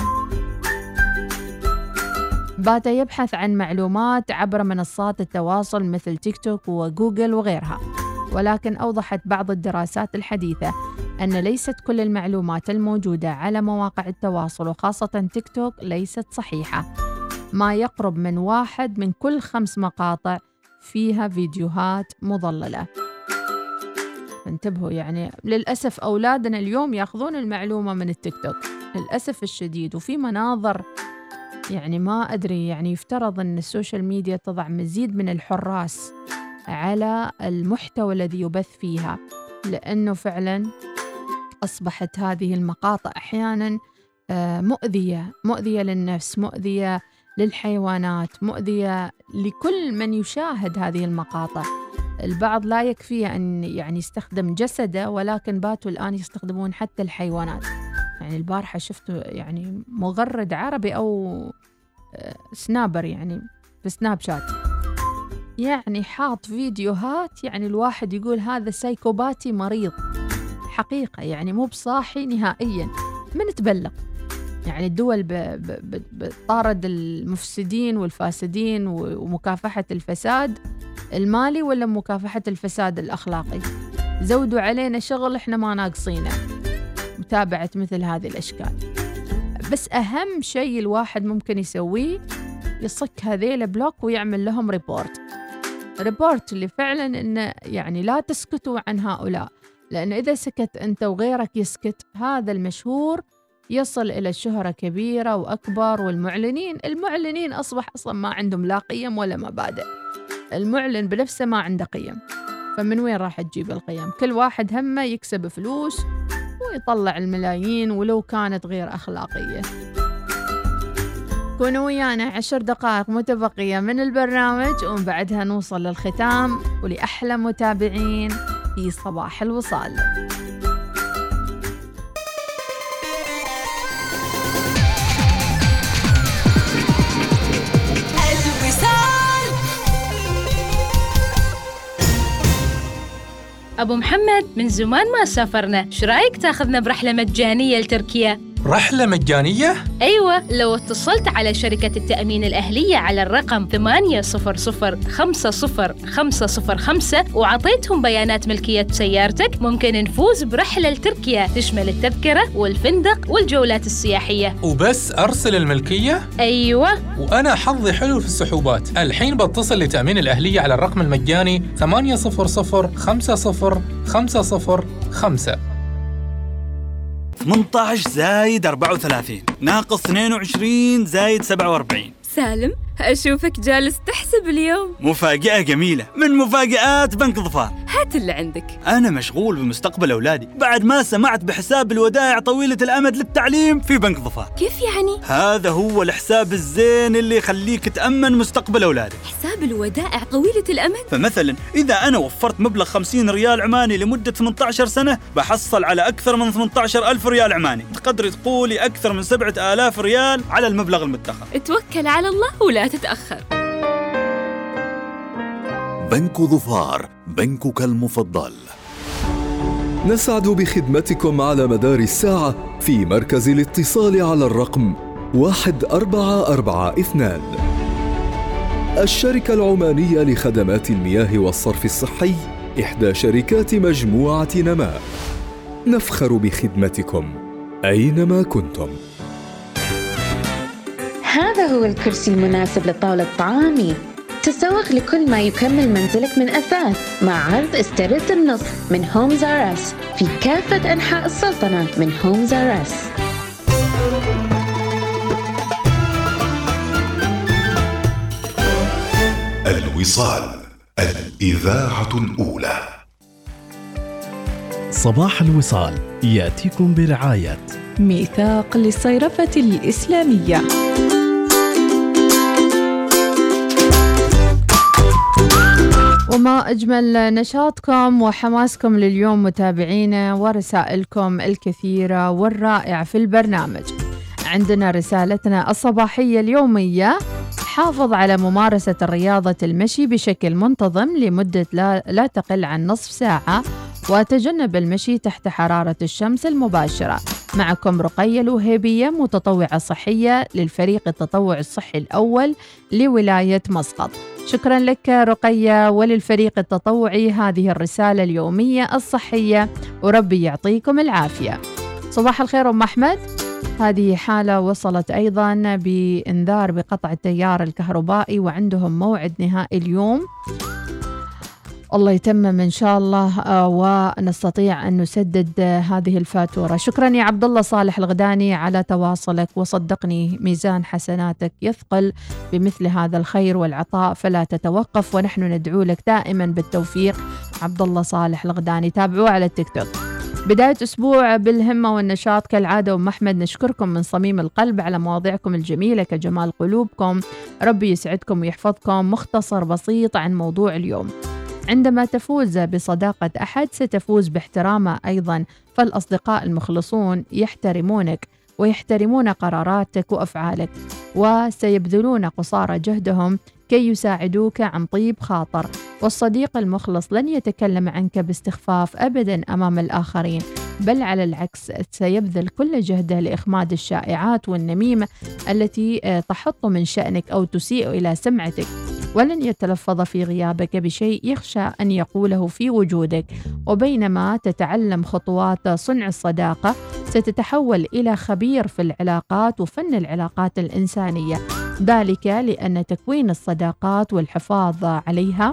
بات يبحث عن معلومات عبر منصات التواصل مثل تيك توك وجوجل وغيرها. ولكن أوضحت بعض الدراسات الحديثة أن ليست كل المعلومات الموجودة على مواقع التواصل وخاصة تيك توك ليست صحيحة. ما يقرب من واحد من كل خمس مقاطع فيها فيديوهات مضللة. انتبهوا، يعني للأسف أولادنا اليوم يأخذون المعلومة من التيك توك للأسف الشديد، وفي مناظر يعني ما أدري، يعني يفترض أن السوشيال ميديا تضع مزيد من الحراس على المحتوى الذي يبث فيها، لأنه فعلا أصبحت هذه المقاطع أحيانا مؤذية مؤذية للنفس، مؤذية للحيوانات، مؤذية لكل من يشاهد هذه المقاطع. البعض لا يكفي أن يعني يستخدم جسده، ولكن باتوا الآن يستخدمون حتى الحيوانات. يعني البارحة شفته يعني مغرد عربي أو سنابر، يعني في سناب شات، يعني حاط فيديوهات يعني الواحد يقول هذا سايكوباتي مريض حقيقة، يعني مو بصاحي نهائيا. من تبلغ يعني الدول بتطارد المفسدين والفاسدين ومكافحة الفساد المالي ولا مكافحة الفساد الأخلاقي؟ زودوا علينا شغل إحنا ما ناقصينه، متابعة مثل هذه الأشكال. بس أهم شيء الواحد ممكن يسويه يصك هذيل بلوك ويعمل لهم ريبورت ريبورت اللي فعلا إنه يعني لا تسكتوا عن هؤلاء، لأن إذا سكت أنت وغيرك يسكت، هذا المشهور يصل إلى شهرة كبيرة وأكبر. والمعلنين المعلنين أصبح أصلا ما عندهم لا قيم ولا مبادئ، المعلن بنفسه ما عنده قيم، فمن وين راح تجيب القيم؟ كل واحد همه يكسب فلوس ويطلع الملايين ولو كانت غير أخلاقية. كونوا ويانا عشر دقائق متبقية من البرنامج ومن بعدها نوصل للختام ولأحلى متابعين في صباح الوصال. أبو محمد، من زمان ما سافرنا، شو رأيك تاخذنا برحلة مجانية لتركيا؟ رحلة مجانية؟ أيوة، لو اتصلت على شركة التأمين الأهلية على الرقم ثمانية صفر صفر خمسة صفر خمسة صفر خمسة وعطيتهم بيانات ملكية سيارتك، ممكن نفوز برحلة لتركيا تشمل التذكرة والفندق والجولات السياحية. وبس أرسل الملكية؟ أيوة. وأنا حظي حلو في السحوبات، الحين بتصل لتأمين الأهلية على الرقم المجاني ثمانية صفر صفر خمسة صفر خمسة صفر خمسة. ثمانية عشر زايد أربعة وثلاثين ناقص اثنين وعشرين زايد سبعة وأربعين. سالم، أشوفك جالس تحسب اليوم. مفاجأة جميلة من مفاجآت بنك ظفار. هات اللي عندك. أنا مشغول بمستقبل أولادي بعد ما سمعت بحساب الودائع طويلة الأمد للتعليم في بنك ظفار. كيف يعني؟ هذا هو الحساب الزين اللي يخليك تأمن مستقبل أولادك. حساب الودائع طويلة الأمد؟ فمثلا إذا أنا وفرت مبلغ خمسين ريال عماني لمدة ثمانية عشر سنة بحصل على أكثر من ثمانية عشر ألف ريال عماني، تقدري تقولي أكثر من سبعة آلاف ريال على المبلغ المدخر. اتوكل على الله ولا تتأخر. بنك ظفار، بنكك المفضل. نسعد بخدمتكم على مدار الساعة في مركز الاتصال على الرقم واحد أربعة أربعة اثنان. الشركة العمانية لخدمات المياه والصرف الصحي، إحدى شركات مجموعة نماء. نفخر بخدمتكم أينما كنتم. هذا هو الكرسي المناسب لطاولة طعامي. تسوق لكل ما يكمل منزلك من أثاث مع عرض استرد النصف من هومز آر أس في كافة أنحاء السلطنة من هومز آر أس. الوصال، الإذاعة الأولى. صباح الوصال يأتيكم برعاية ميثاق للصيرفة الإسلامية. وما أجمل نشاطكم وحماسكم لليوم متابعينا ورسائلكم الكثيرة والرائعة في البرنامج. عندنا رسالتنا الصباحية اليومية: حافظ على ممارسة الرياضة المشي بشكل منتظم لمدة لا, لا تقل عن نصف ساعة، وتجنب المشي تحت حرارة الشمس المباشرة. معكم رقية الوهيبية، متطوعة صحية للفريق التطوع الصحي الأول لولاية مسقط. شكرا لك رقية وللفريق التطوعي هذه الرسالة اليومية الصحية، وربي يعطيكم العافية. صباح الخير أم أحمد. هذه حالة وصلت أيضا بإنذار بقطع التيار الكهربائي، وعندهم موعد نهائي اليوم. الله يتمم إن شاء الله ونستطيع أن نسدد هذه الفاتورة. شكرا يا عبد الله صالح الغداني على تواصلك، وصدقني ميزان حسناتك يثقل بمثل هذا الخير والعطاء، فلا تتوقف، ونحن ندعو لك دائما بالتوفيق. عبد الله صالح الغداني، تابعوه على التيك توك. بداية أسبوع بالهمة والنشاط كالعادة. أم أحمد نشكركم من صميم القلب على مواضيعكم الجميلة كجمال قلوبكم، ربي يسعدكم ويحفظكم. مختصر بسيط عن موضوع اليوم: عندما تفوز بصداقة أحد ستفوز باحترامه أيضا، فالأصدقاء المخلصون يحترمونك ويحترمون قراراتك وأفعالك، وسيبذلون قصارى جهدهم كي يساعدوك عن طيب خاطر. والصديق المخلص لن يتكلم عنك باستخفاف أبدا أمام الآخرين، بل على العكس سيبذل كل جهده لإخماد الشائعات والنميمة التي تحط من شأنك أو تسيء إلى سمعتك، ولن يتلفظ في غيابك بشيء يخشى أن يقوله في وجودك. وبينما تتعلم خطوات صنع الصداقة ستتحول إلى خبير في العلاقات وفن العلاقات الإنسانية، ذلك لأن تكوين الصداقات والحفاظ عليها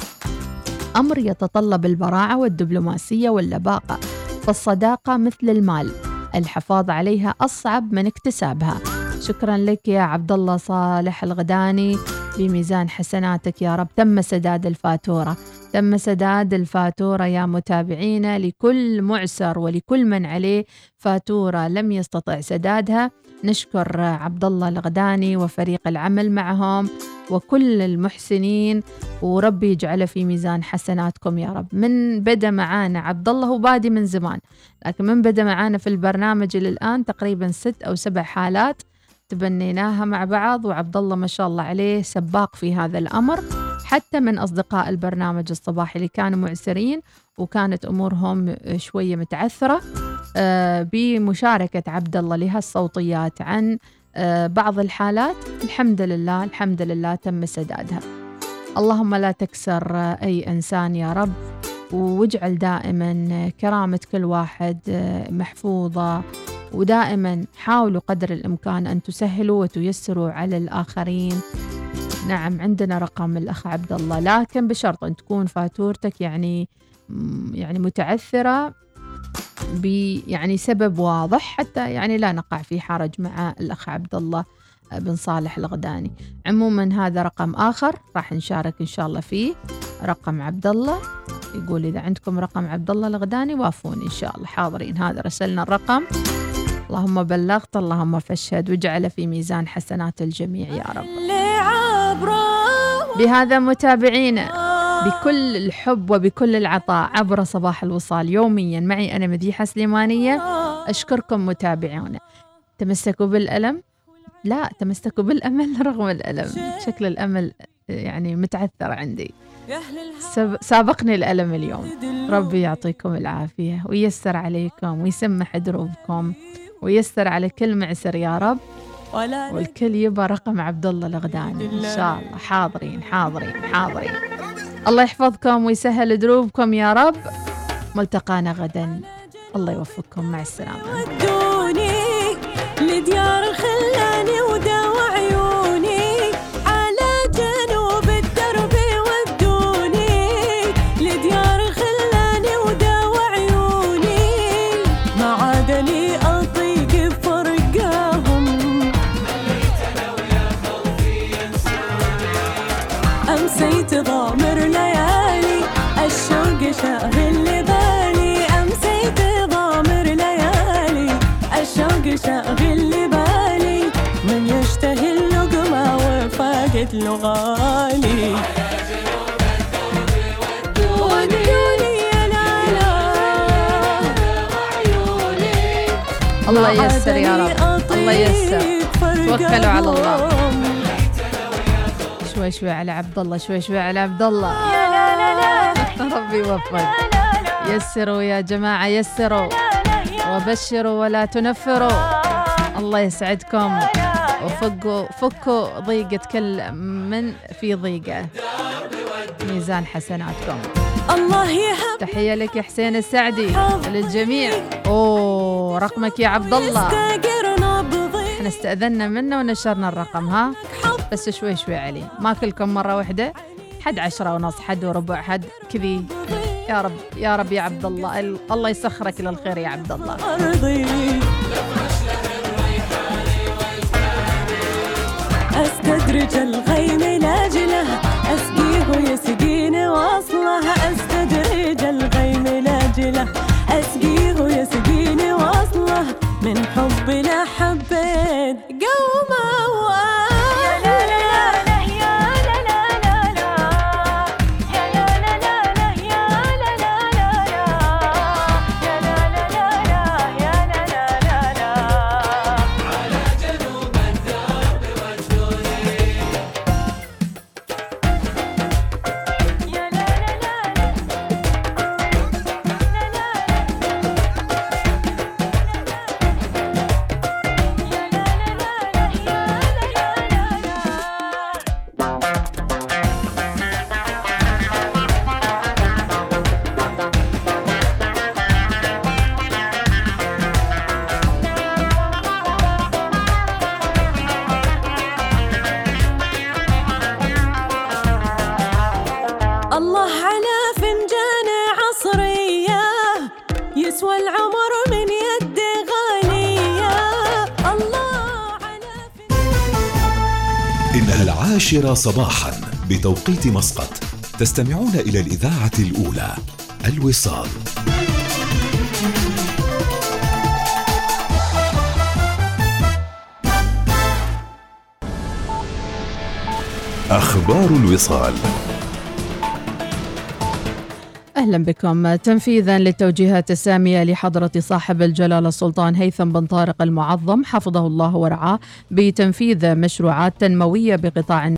أمر يتطلب البراعة والدبلوماسية واللباقة. فالصداقة مثل المال، الحفاظ عليها أصعب من اكتسابها. شكرا لك يا عبد الله صالح الغداني، بميزان حسناتك يا رب. تم سداد الفاتورة، تم سداد الفاتورة يا متابعينا، لكل معسر ولكل من عليه فاتورة لم يستطع سدادها. نشكر عبد الله الغداني وفريق العمل معهم وكل المحسنين، وربي يجعله في ميزان حسناتكم يا رب. من بدأ معانا عبد الله، هو بادي من زمان، لكن من بدأ معانا في البرنامج للآن تقريبا ست أو سبع حالات تبنيناها مع بعض، وعبد الله ما شاء الله عليه سباق في هذا الأمر. حتى من أصدقاء البرنامج الصباحي اللي كانوا معسرين وكانت أمورهم شوية متعثرة بمشاركة عبد الله لهالصوتيات عن بعض الحالات، الحمد لله الحمد لله تم سدادها. اللهم لا تكسر أي إنسان يا رب، واجعل دائما كرامة كل واحد محفوظة، ودائما حاولوا قدر الإمكان أن تسهلوا وتيسروا على الآخرين. نعم عندنا رقم الأخ عبد الله، لكن بشرط أن تكون فاتورتك يعني يعني متعثرة ب يعني سبب واضح، حتى يعني لا نقع في حرج مع الأخ عبد الله بن صالح الغداني. عموما هذا رقم آخر راح نشارك إن شاء الله فيه، رقم عبد الله. يقول إذا عندكم رقم عبد الله الغداني وافوني إن شاء الله. حاضرين، هذا رسلنا الرقم. اللهم بلغت، اللهم فاشهد، واجعل في ميزان حسنات الجميع يا رب. بهذا متابعينا بكل الحب وبكل العطاء عبر صباح الوصال يوميا معي أنا مديحة سليمانية. أشكركم متابعونا. تمسكوا بالألم، لا تمسكوا بالأمل رغم الألم. شكل الأمل يعني متعثر عندي، سابقني الألم اليوم. ربي يعطيكم العافية وييسر عليكم ويسمح دروبكم وييسر على كل معسر يا رب، والكل يبقى رقم عبد الله الغداني إن شاء الله. حاضرين حاضرين حاضرين. الله يحفظكم ويسهل دروبكم يا رب. ملتقانا غدا، الله يوفقكم، مع السلامة. ودوني لديار الخلاني وداوى عيوني على جنوب الدرب، ودوني لديار الخلاني وداوى عيوني ما عاد لي أطيق فرقاهم. أمسيت ضامر ليالي الشوق شاغل بالي، أمسيت ضامر ليالي الشوق شاغل بالي، من يشتهي اللقمة وفاقد له غالي. ودوني يا لالا الله يسر يا رب، الله يسر. توكلوا على الله. شوي شوي على عبد الله، شوي شوي على عبد الله. ربي يوفق. يسروا يا جماعة، يسروا وبشروا ولا تنفروا. الله يسعدكم وفكوا فكوا ضيقة كل من في ضيقة، ميزان حسناتكم. الله يهب. تحية لك يا حسين السعدي للجميع. أوه رقمك يا عبد الله، احنا استأذنا منه ونشرنا الرقم. ها بس شوي شوي عليه، ما كلكم مرة واحدة. حد عشرة ونص، حد وربع، حد كذي. يا رب يا رب يا عبد الله، الله يسخرك للخير يا عبد الله. أستدرج الغيم لاجله، أسقيه يسقيني واصله. أستدرج الغيم لاجله، أسقيه يسقيني واصله. من حبنا حبيت قومه العاشرة صباحا بتوقيت مسقط. تستمعون إلى الإذاعة الأولى الوصال. أخبار الوصال. أهلا بكم. تنفيذا للتوجيهات السامية لحضرة صاحب الجلالة السلطان هيثم بن طارق المعظم حفظه الله ورعاه بتنفيذ مشروعات تنموية بقطاع